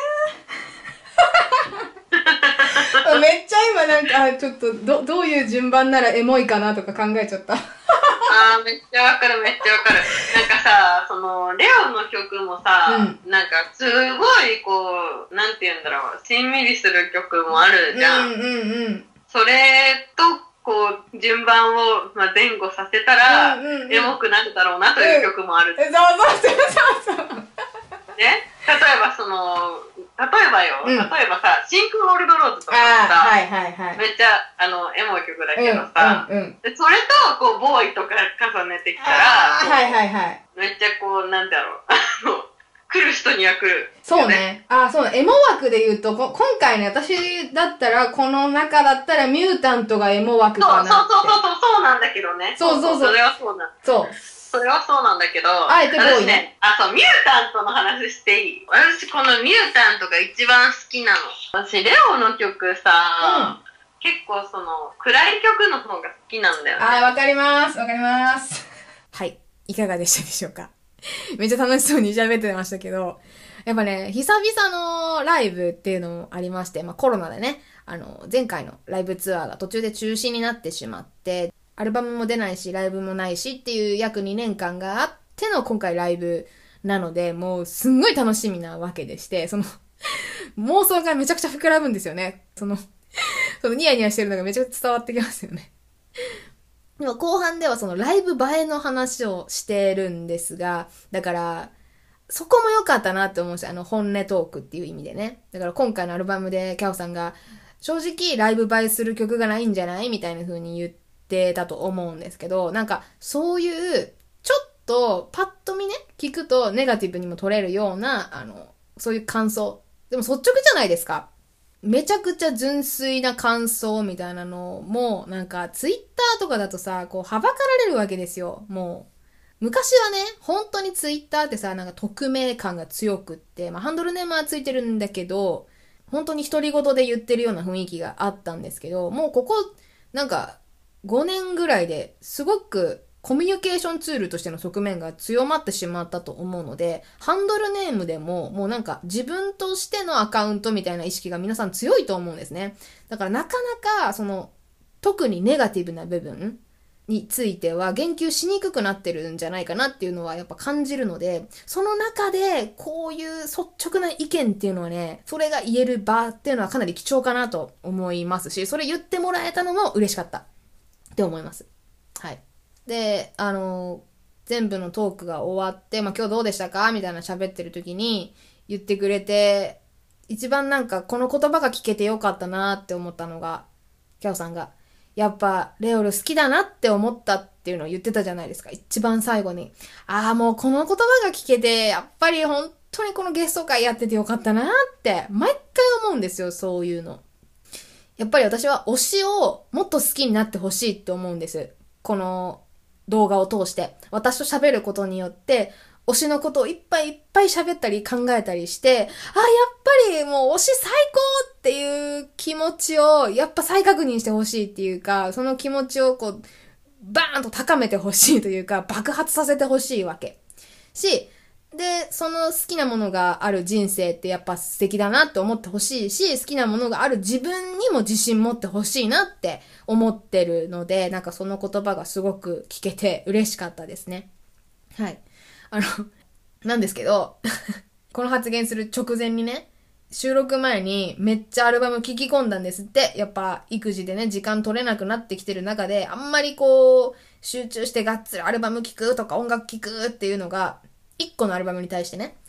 ー。めっちゃ今なんかちょっとどどういう順番ならエモいかなとか考えちゃった。 あーめっちゃわかるめっちゃわかる。なんかさ、そのレオの曲もさ、うん、なんかすごいこうなんて言うんだろう、しんみりする曲もあるじゃん。うんうんうん、それとこう順番を、まあ、前後させたら、うんうんうん、エモくなるだろうなという曲もある。うん、そうそうそうそう。ね、例えばその例えばよ、うん、例えばさ、シンクオールドローズとかさ、はいはいはい、めっちゃあのエモい曲だけどさ、うんうんうん、でそれとこうボーイとか重ねてきたら、はいはいはい、めっちゃこうなんだろう、あの来る人には来る、ね。 そうね。あ、そうね。エモ枠で言うと、こ今回ね、私だったら、この中だったらミュータントがエモ枠かなって。 そうそうそうそう、そうなんだけどね。 そうそうそう。 それはそうなんだ。 そう。 それはそうなんだけど、 あえてボーイね。 あ、そう、ミュータントの話していい？私、このミュータントが一番好きなの。私、レオの曲さ、うん、結構その、暗い曲の方が好きなんだよね。 あ、わかります。わかります。はい。いかがでしたでしょうか？めっちゃ楽しそうに喋ってましたけど、やっぱね、久々のライブっていうのもありまして、まあコロナでね、あの、前回のライブツアーが途中で中止になってしまって、アルバムも出ないし、ライブもないしっていう約にねんかんがあっての今回ライブなので、もうすんごい楽しみなわけでして、その、妄想がめちゃくちゃ膨らむんですよね。その、そのニヤニヤしてるのがめちゃくちゃ伝わってきますよね。でも後半ではそのライブ映えの話をしてるんですが、だから、そこも良かったなって思うんですよ。あの、本音トークっていう意味でね。だから今回のアルバムでキャオさんが、正直ライブ映えする曲がないんじゃないみたいな風に言ってたと思うんですけど、なんかそういう、ちょっとパッと見ね、聞くとネガティブにも取れるような、あの、そういう感想。でも率直じゃないですか。めちゃくちゃ純粋な感想みたいなのも、なんかツイッターとかだとさ、こう、はばかられるわけですよ。もう。昔はね、本当にツイッターってさ、なんか匿名感が強くって、まあハンドルネームはついてるんだけど、本当に独り言で言ってるような雰囲気があったんですけど、もうここ、なんか、ごねんぐらいですごくコミュニケーションツールとしての側面が強まってしまったと思うので、ハンドルネームでももうなんか自分としてのアカウントみたいな意識が皆さん強いと思うんですね。だからなかなかその特にネガティブな部分については言及しにくくなってるんじゃないかなっていうのはやっぱ感じるので、その中でこういう率直な意見っていうのはね、それが言える場っていうのはかなり貴重かなと思いますし、それ言ってもらえたのも嬉しかったって思います。はい。で、あの、全部のトークが終わって、まあ、今日どうでしたかみたいな喋ってる時に言ってくれて、一番なんかこの言葉が聞けてよかったなって思ったのが、キャオさんが、やっぱレオル好きだなって思ったっていうのを言ってたじゃないですか。一番最後に。ああ、もうこの言葉が聞けて、やっぱり本当にこのゲスト会やっててよかったなって、毎回思うんですよ、そういうの。やっぱり私は推しをもっと好きになってほしいって思うんです。この動画を通して。私と喋ることによって、推しのことをいっぱいいっぱい喋ったり考えたりして、あ、やっぱりもう推し最高っていう気持ちをやっぱ再確認してほしいっていうか、その気持ちをこう、バーンと高めてほしいというか、爆発させてほしいわけ。し、で、その好きなものがある人生ってやっぱ素敵だなって思ってほしいし、好きなものがある自分にも自信持ってほしいなって思ってるので、なんかその言葉がすごく聞けて嬉しかったですね。はい。あの、なんですけど、この発言する直前にね、収録前にめっちゃアルバム聞き込んだんですって。やっぱ育児でね、時間取れなくなってきてる中で、あんまりこう、集中してがっつりアルバム聞くとか音楽聞くっていうのが、一個のアルバムに対してね、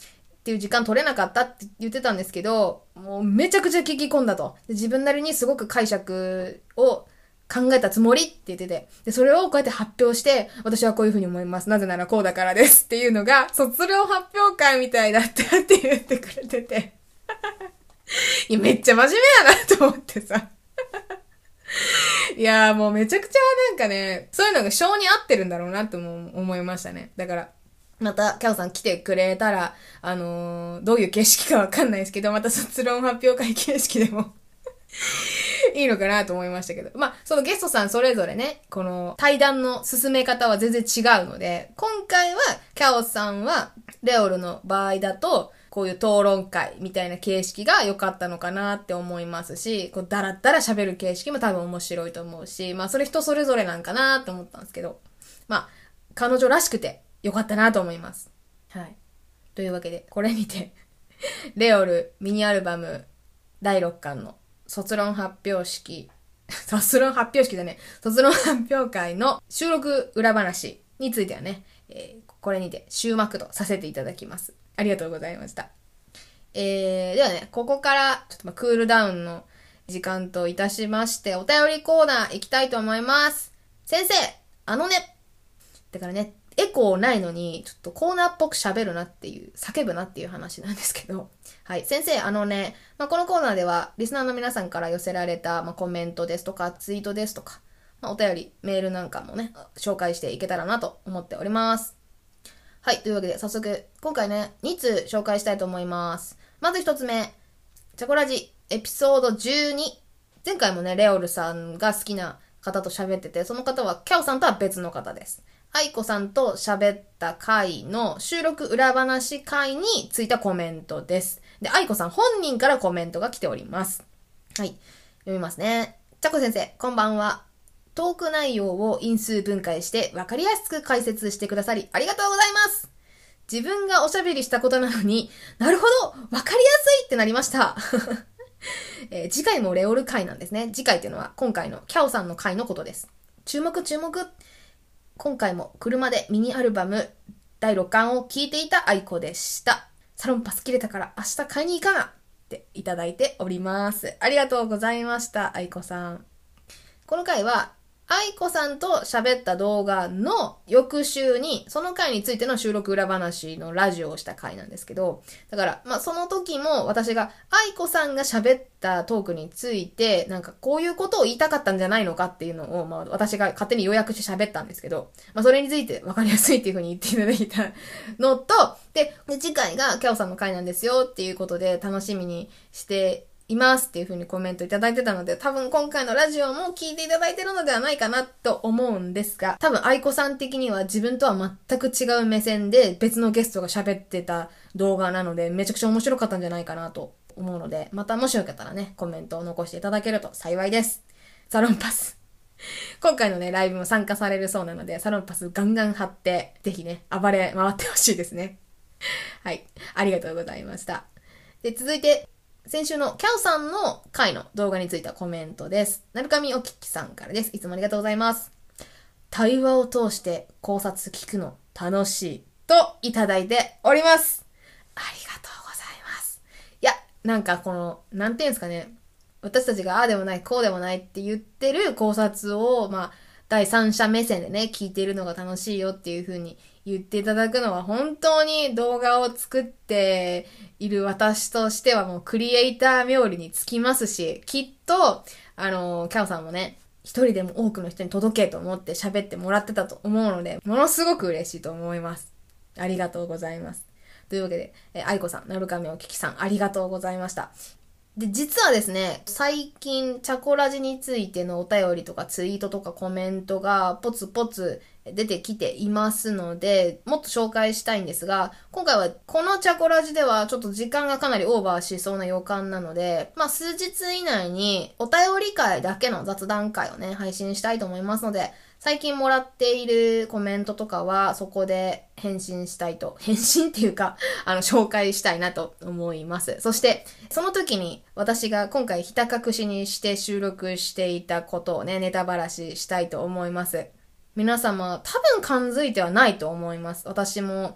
っていう時間取れなかったって言ってたんですけど、もうめちゃくちゃ聞き込んだと。で自分なりにすごく解釈を考えたつもりって言ってて、で、それをこうやって発表して、私はこういうふうに思います。なぜならこうだからですっていうのが、卒業発表会みたいだったって言ってくれてて。いや、めっちゃ真面目やなと思ってさ。いやーもうめちゃくちゃなんかね、そういうのが性に合ってるんだろうなとも思いましたね。だから、また、キャオさん来てくれたら、あのー、どういう形式かわかんないですけど、また卒論発表会形式でもいいのかなと思いましたけど。まあ、そのゲストさんそれぞれね、この対談の進め方は全然違うので、今回は、キャオさんは、レオルの場合だと、こういう討論会みたいな形式が良かったのかなって思いますし、こうダラダラ喋る形式も多分面白いと思うし、まあそれ人それぞれなんかなって思ったんですけど、まあ、彼女らしくて良かったなと思います。はい。というわけで、これにて、レオルミニアルバムだいろっかんの卒論発表式、卒論発表式だね、卒論発表会の収録裏話についてはね、えー、これにて終幕とさせていただきます。ありがとうございました。えー、ではね、ここからちょっとまあクールダウンの時間といたしまして、お便りコーナー行きたいと思います。先生、あのね、だからね、エコーないのに、ちょっとコーナーっぽく喋るなっていう、叫ぶなっていう話なんですけど。はい。先生、あのね、まあ、このコーナーでは、リスナーの皆さんから寄せられた、まあ、コメントですとか、ツイートですとか、まあ、お便り、メールなんかもね、紹介していけたらなと思っております。はい。というわけで、早速、今回ね、につう紹介したいと思います。まずひとつめ、チャコラジ、エピソードじゅうに。前回もね、レオルさんが好きな方と喋ってて、その方は、キャオさんとは別の方です。愛子さんと喋った回の収録裏話回についたコメントです。で、愛子さん本人からコメントが来ております。はい。読みますね。ちゃこ先生、こんばんは。トーク内容を因数分解して分かりやすく解説してくださりありがとうございます。自分がおしゃべりしたことなのに、なるほど分かりやすいってなりました。えー、次回もレオル回なんですね。次回っていうのは今回のキャオさんの回のことです。注目注目。今回も車でミニアルバムだいろっかんを聴いていた愛子でした。サロンパス切れたから明日買いに行かなっていただいております。ありがとうございました、愛子さん。この回は愛子さんと喋った動画の翌週にその回についての収録裏話のラジオをした回なんですけど、だからまあその時も私が愛子さんが喋ったトークについてなんかこういうことを言いたかったんじゃないのかっていうのをまあ私が勝手に要約して喋ったんですけど、まあそれについて分かりやすいっていう風に言っていただいたのと、で、で次回がキャオさんの回なんですよっていうことで楽しみにしていますっていう風にコメントいただいてたので、多分今回のラジオも聞いていただいてるのではないかなと思うんですが、多分愛子さん的には自分とは全く違う目線で別のゲストが喋ってた動画なので、めちゃくちゃ面白かったんじゃないかなと思うので、またもしよかったらね、コメントを残していただけると幸いです。サロンパス。今回のね、ライブも参加されるそうなので、サロンパスガンガン貼って、ぜひね、暴れ回ってほしいですね。はい。ありがとうございました。で、続いて、先週のキャオさんの回の動画についたコメントです。なるかみおききさんからです。いつもありがとうございます。対話を通して考察聞くの楽しいといただいております。ありがとうございます。いや、なんかこの、なんていうんですかね。私たちがああでもない、こうでもないって言ってる考察を、まあ、第三者目線でね、聞いているのが楽しいよっていう風に言っていただくのは本当に動画を作っている私としてはもうクリエイター冥利につきますし、きっと、あの、キャオさんもね、一人でも多くの人に届けと思って喋ってもらってたと思うので、ものすごく嬉しいと思います。ありがとうございます。というわけで、え、愛子さん、なるかみおききさん、ありがとうございました。で、実はですね、最近、チャコラジについてのお便りとかツイートとかコメントがポツポツ出てきていますので、もっと紹介したいんですが、今回はこのチャコラジではちょっと時間がかなりオーバーしそうな予感なので、まあ数日以内にお便り会だけの雑談会をね、配信したいと思いますので、最近もらっているコメントとかはそこで返信したいと、返信っていうか、あの、紹介したいなと思います。そして、その時に私が今回ひた隠しにして収録していたことをね、ネタばらししたいと思います。皆様、多分感づいてはないと思います。私も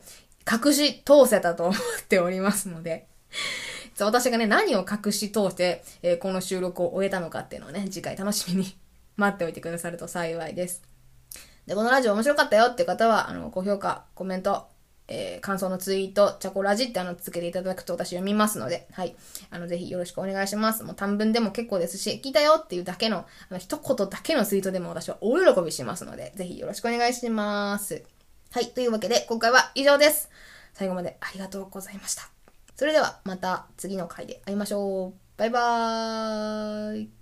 隠し通せたと思っておりますので、私がね、何を隠し通して、えー、この収録を終えたのかっていうのをね、次回楽しみに待っておいてくださると幸いです。で、このラジオ面白かったよって方は、あの、高評価、コメント、えー、感想のツイート、チャコラジってあの、つけていただくと私読みますので、はい。あの、ぜひよろしくお願いします。もう短文でも結構ですし、聞いたよっていうだけの、あの、一言だけのツイートでも私は大喜びしますので、ぜひよろしくお願いします。はい。というわけで、今回は以上です。最後までありがとうございました。それではまた次の回で会いましょう。バイバーイ。